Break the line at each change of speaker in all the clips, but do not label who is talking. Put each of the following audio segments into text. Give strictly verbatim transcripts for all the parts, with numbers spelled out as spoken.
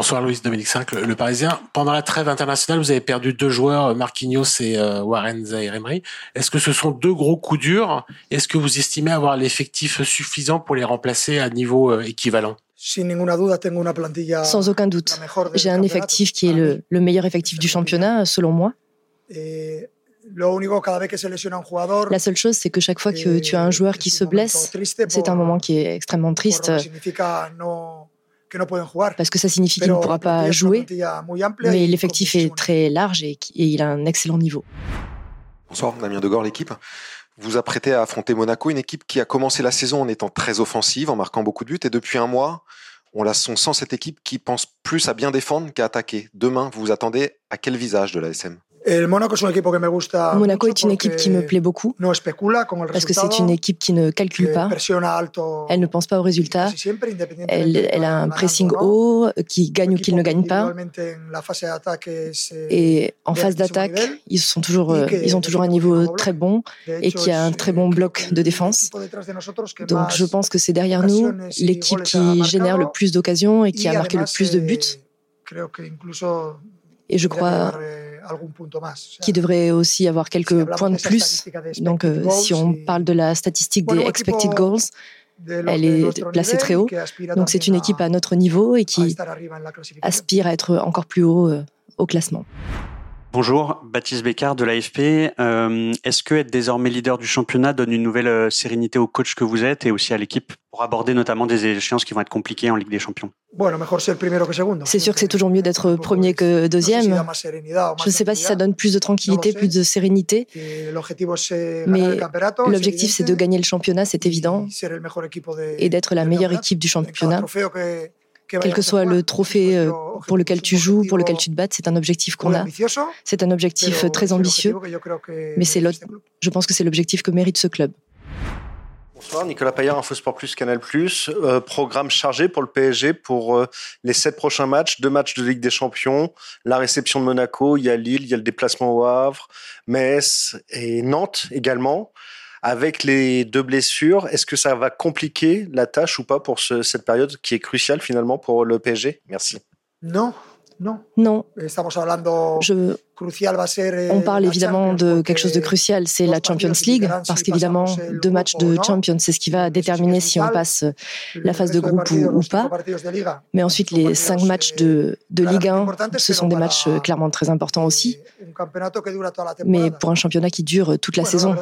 Bonsoir Louis Dominique cinq, le, le Parisien. Pendant la trêve internationale, vous avez perdu deux joueurs, Marquinhos et euh, Warren Zaïre-Emery. Est-ce que ce sont deux gros coups durs? Est-ce que vous estimez avoir l'effectif suffisant pour les remplacer à niveau euh, équivalent?
Sans aucun doute. J'ai un effectif qui est le, le meilleur effectif du championnat, selon moi. La seule chose, c'est que chaque fois que tu as un joueur qui se blesse, c'est un moment qui est extrêmement triste. Parce que ça signifie qu'il ne pourra pas jouer, mais l'effectif est très large et, et il a un excellent niveau.
Bonsoir, Damien Degore, l'équipe. Vous vous apprêtez à affronter Monaco, une équipe qui a commencé la saison en étant très offensive, en marquant beaucoup de buts, et depuis un mois, on, la, on sent cette équipe qui pense plus à bien défendre qu'à attaquer. Demain, vous vous attendez à quel visage de l'A S M ?
Monaco est une équipe qui me plaît beaucoup parce que c'est une équipe qui ne calcule pas, elle ne pense pas aux résultats, elle, elle a un pressing haut, qui gagne ou qui ne gagne pas, et en phase d'attaque, ils, sont toujours, ils ont toujours un niveau très bon et qui a un très bon bloc de défense. Donc je pense que c'est derrière nous l'équipe qui génère le plus d'occasions et qui a marqué le plus de buts. Et je crois qu'il devrait aussi avoir quelques points de plus. Donc, euh, si on parle de la statistique des expected goals, elle est placée très haut. Donc, c'est une équipe à notre niveau et qui aspire à être encore plus haut euh, au classement.
Bonjour, Baptiste Bécard de l'A F P. Euh, est-ce que être désormais leader du championnat donne une nouvelle euh, sérénité au coach que vous êtes et aussi à l'équipe pour aborder notamment des échéances qui vont être compliquées en Ligue des Champions?
C'est sûr que c'est toujours mieux d'être premier que deuxième. Je ne sais pas si ça donne plus de tranquillité, plus de sérénité, mais l'objectif c'est de gagner le championnat, c'est évident, et d'être la meilleure équipe du championnat. Quel que soit le trophée pour lequel tu joues, pour lequel tu te battes, c'est un objectif qu'on a. C'est un objectif très ambitieux, mais c'est l'autre. Je pense que c'est l'objectif que mérite ce club.
Bonsoir, Nicolas Paillard, InfoSport Plus, Canal Plus. Euh, programme chargé pour le P S G pour euh, les sept prochains matchs, deux matchs de Ligue des Champions, la réception de Monaco, il y a Lille, il y a le déplacement au Havre, Metz et Nantes également. Avec les deux blessures, est-ce que ça va compliquer la tâche ou pas pour ce, cette période qui est cruciale finalement pour le P S G? Merci.
Non, non. Non. Je... On parle évidemment de quelque chose de crucial, c'est la Champions League, parce qu'évidemment, deux matchs de Champions, c'est ce qui va déterminer si on passe la phase de groupe ou, ou pas. Mais ensuite, les cinq matchs de, de Ligue un, ce sont des matchs clairement très importants aussi. Mais pour un championnat qui dure toute la saison.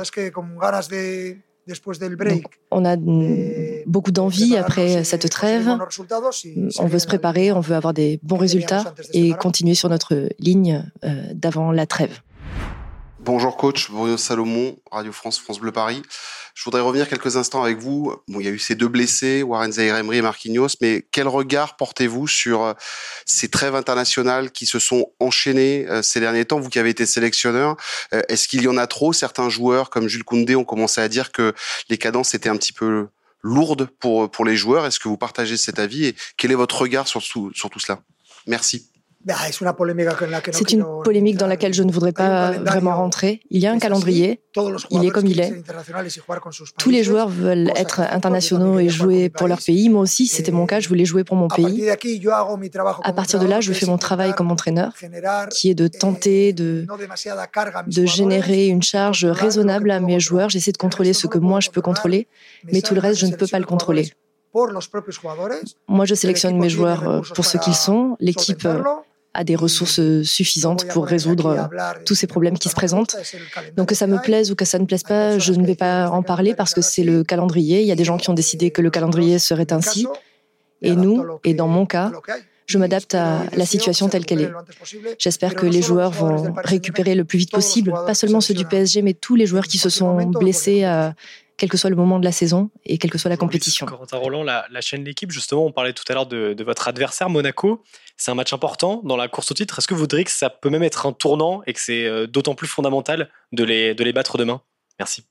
Donc, on a beaucoup d'envie après cette trêve. On veut se préparer, on veut avoir des bons résultats et continuer sur notre ligne euh, d'avant la trêve.
Bonjour coach, Bruno Salomon, Radio France, France Bleu Paris. Je voudrais revenir quelques instants avec vous. Bon, il y a eu ces deux blessés, Warren Zaïre-Emery et Marquinhos, mais quel regard portez-vous sur ces trêves internationales qui se sont enchaînées ces derniers temps, vous qui avez été sélectionneur? Est-ce qu'il y en a trop? Certains joueurs comme Jules Koundé ont commencé à dire que les cadences étaient un petit peu lourdes pour, pour les joueurs. Est-ce que vous partagez cet avis et quel est votre regard sur tout, sur tout cela? Merci.
C'est une polémique dans laquelle je ne voudrais pas vraiment rentrer. Il y a un calendrier, il est comme il est. Tous les joueurs veulent être internationaux et jouer pour leur pays. Moi aussi, c'était mon cas, je voulais jouer pour mon pays. À partir de là, je fais mon travail comme entraîneur, qui est de tenter de, de générer une charge raisonnable à mes joueurs. J'essaie de contrôler ce que moi je peux contrôler, mais tout le reste, je ne peux pas le contrôler. Moi, je sélectionne mes joueurs pour ce qu'ils sont. L'équipe a des ressources suffisantes pour résoudre tous ces problèmes qui se présentent. Donc que ça me plaise ou que ça ne plaise pas, je ne vais pas en parler parce que c'est le calendrier. Il y a des gens qui ont décidé que le calendrier serait ainsi. Et nous, et dans mon cas, je m'adapte à la situation telle qu'elle est. J'espère que les joueurs vont récupérer le plus vite possible, pas seulement ceux du P S G, mais tous les joueurs qui se sont blessés à quel que soit le moment de la saison et quelle que soit la compétition.
Corentin Roland, la, la chaîne L'équipe, justement, on parlait tout à l'heure de, de votre adversaire, Monaco. C'est un match important dans la course au titre. Est-ce que vous diriez que ça peut même être un tournant et que c'est euh, d'autant plus fondamental de les, de les battre demain? Merci.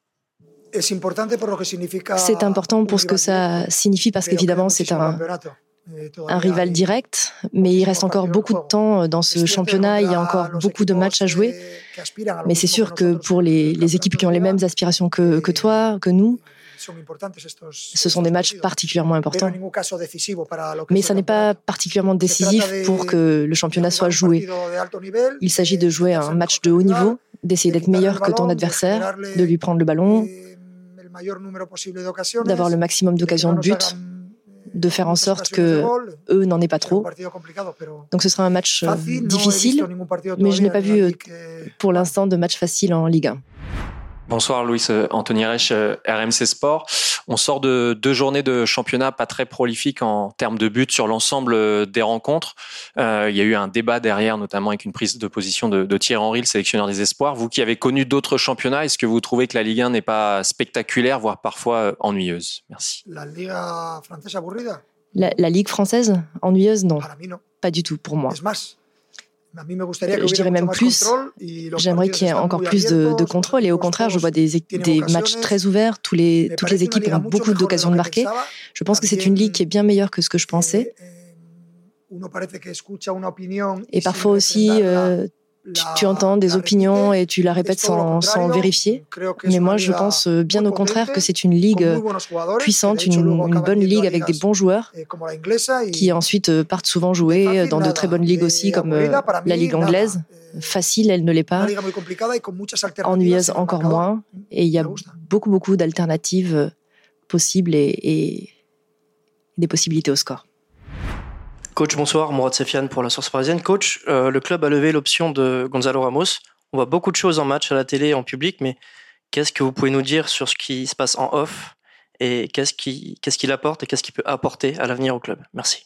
C'est important pour ce que ça signifie parce qu'évidemment, c'est un, un rival direct, mais il reste encore beaucoup de temps dans ce championnat. Il y a encore beaucoup de matchs à jouer. Mais c'est sûr que pour les, les équipes qui ont les mêmes aspirations que, que toi, que nous, Ce sont des matchs particulièrement importants. Mais ça n'est pas particulièrement décisif pour que le championnat soit joué. Il s'agit de jouer un match de haut niveau, d'essayer d'être meilleur que ton adversaire, de lui prendre le ballon, d'avoir le maximum d'occasions de but, de faire en sorte que eux n'en aient pas trop. Donc ce sera un match euh, difficile, mais je n'ai pas vu euh, pour l'instant de match facile en Ligue un.
Bonsoir Luis, Anthony Reich, R M C Sport. On sort de deux journées de championnat pas très prolifiques en termes de buts sur l'ensemble des rencontres. Euh, il y a eu un débat derrière, notamment avec une prise de position de, de Thierry Henry, le sélectionneur des espoirs. Vous qui avez connu d'autres championnats, est-ce que vous trouvez que la Ligue un n'est pas spectaculaire, voire parfois ennuyeuse? Merci.
La Liga française aburrida? La, la Ligue française ennuyeuse? Non, pas du tout pour moi. Je dirais même plus, j'aimerais qu'il y ait encore plus de, de contrôle et au contraire, je vois des, des matchs très ouverts, tous les, toutes les équipes ont beaucoup d'occasions de marquer. Je pense que c'est une ligue qui est bien meilleure que ce que je pensais. Et parfois aussi, euh, tu, tu entends des opinions et tu la répètes sans, sans vérifier. Mais moi, je pense bien au contraire que c'est une ligue puissante, une, une bonne ligue avec des bons joueurs qui ensuite partent souvent jouer dans de très bonnes ligues aussi, comme la ligue anglaise. Facile, elle ne l'est pas. Ennuyeuse, encore moins. Et il y a beaucoup, beaucoup d'alternatives possibles et, et des possibilités au score.
Coach, bonsoir, Mourad Sefiane pour la Source Parisienne. Coach, euh, le club a levé l'option de Gonzalo Ramos. On voit beaucoup de choses en match, à la télé, en public, mais qu'est-ce que vous pouvez nous dire sur ce qui se passe en off et qu'est-ce qu'il, qu'est-ce qu'il apporte et qu'est-ce qu'il peut apporter à l'avenir au club? Merci.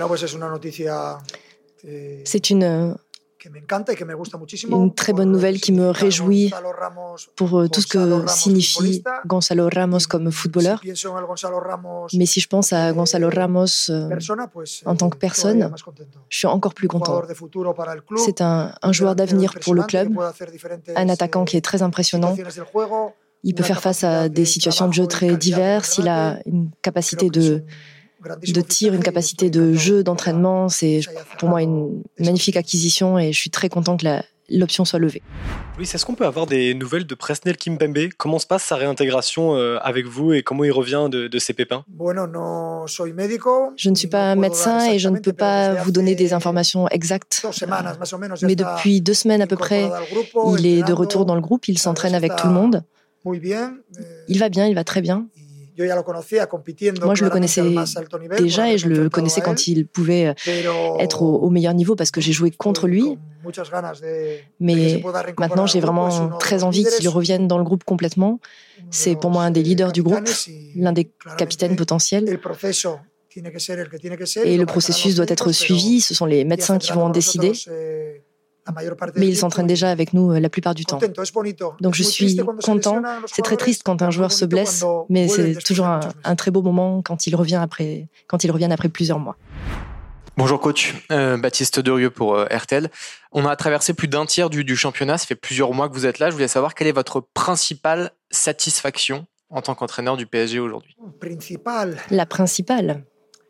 C'est une, une très bonne nouvelle qui me réjouit pour tout ce que signifie Gonzalo Ramos comme footballeur. Mais si je pense à Gonzalo Ramos euh, en tant que personne, je suis encore plus content. C'est un, un joueur d'avenir pour le club, un attaquant qui est très impressionnant. Il peut faire face à des situations de jeu très diverses, il a une capacité de de tir, une capacité de jeu, d'entraînement. C'est pour moi une magnifique acquisition et je suis très content que la, l'option soit levée.
Oui, est-ce qu'on peut avoir des nouvelles de Presnel Kimpembe? Comment se passe sa réintégration avec vous et comment il revient de, de ses pépins?
Je ne suis pas un médecin et je ne peux pas vous donner des informations exactes. Mais depuis deux semaines à peu près, il est de retour dans le groupe, il s'entraîne avec tout le monde. Il va bien, il va très bien. Moi, je le connaissais déjà et je le connaissais quand il pouvait être au, au meilleur niveau parce que j'ai joué contre lui. Mais maintenant, j'ai vraiment très envie qu'il revienne dans le groupe complètement. C'est pour moi un des leaders du groupe, l'un des capitaines potentiels. Et le processus doit être suivi. Ce sont les médecins qui vont en décider. Mais il s'entraîne déjà avec nous la plupart du temps. Donc je suis content. C'est très triste quand un joueur se blesse, mais c'est toujours un, un très beau moment quand il revient après, quand il revient après plusieurs mois.
Bonjour coach, euh, Baptiste Derieux pour euh, R T L. On a traversé plus d'un tiers du, du championnat, ça fait plusieurs mois que vous êtes là. Je voulais savoir quelle est votre principale satisfaction en tant qu'entraîneur du P S G aujourd'hui?
La principale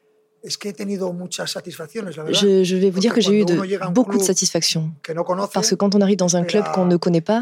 Je, je vais vous dire que j'ai eu de, beaucoup de satisfaction. Parce que quand on arrive dans un club qu'on ne connaît pas,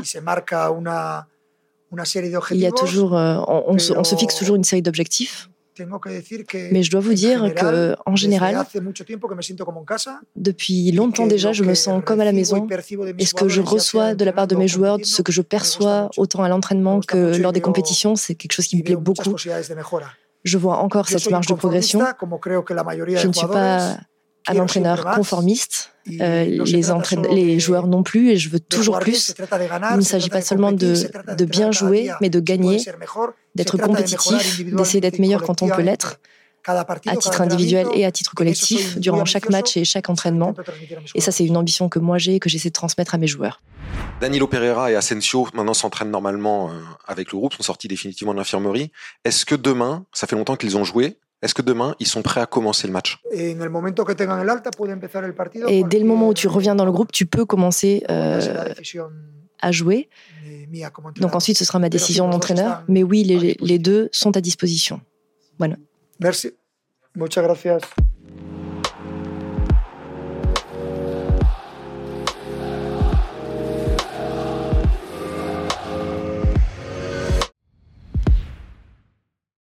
il y a toujours, euh, on, on, se, on se fixe toujours une série d'objectifs. Mais je dois vous dire qu'en général, depuis longtemps déjà, je me sens comme à la maison. Et ce que je reçois de la part de mes joueurs, ce que je perçois autant à l'entraînement que lors des compétitions, c'est quelque chose qui me plaît beaucoup. Je vois encore cette marge de progression. Je ne suis pas un entraîneur conformiste. Euh, les, entraîne- les joueurs non plus, et je veux toujours plus. Il ne s'agit pas seulement de, de bien jouer, mais de gagner, d'être compétitif, d'essayer d'être meilleur quand on peut l'être, à titre individuel et à titre collectif, durant chaque match et chaque entraînement. Et ça, c'est une ambition que moi j'ai et que j'essaie de transmettre à mes joueurs.
Danilo Pereira et Asensio, maintenant, s'entraînent normalement avec le groupe, sont sortis définitivement de l'infirmerie. Est-ce que demain, ça fait longtemps qu'ils ont joué, est-ce que demain, ils sont prêts à commencer le match? Et dès
le moment où tu reviens dans le groupe, tu peux commencer euh, à jouer. Donc ensuite, ce sera ma décision d'entraîneur. Mais oui, les, les deux sont à disposition. Voilà.
Merci. Muchas gracias.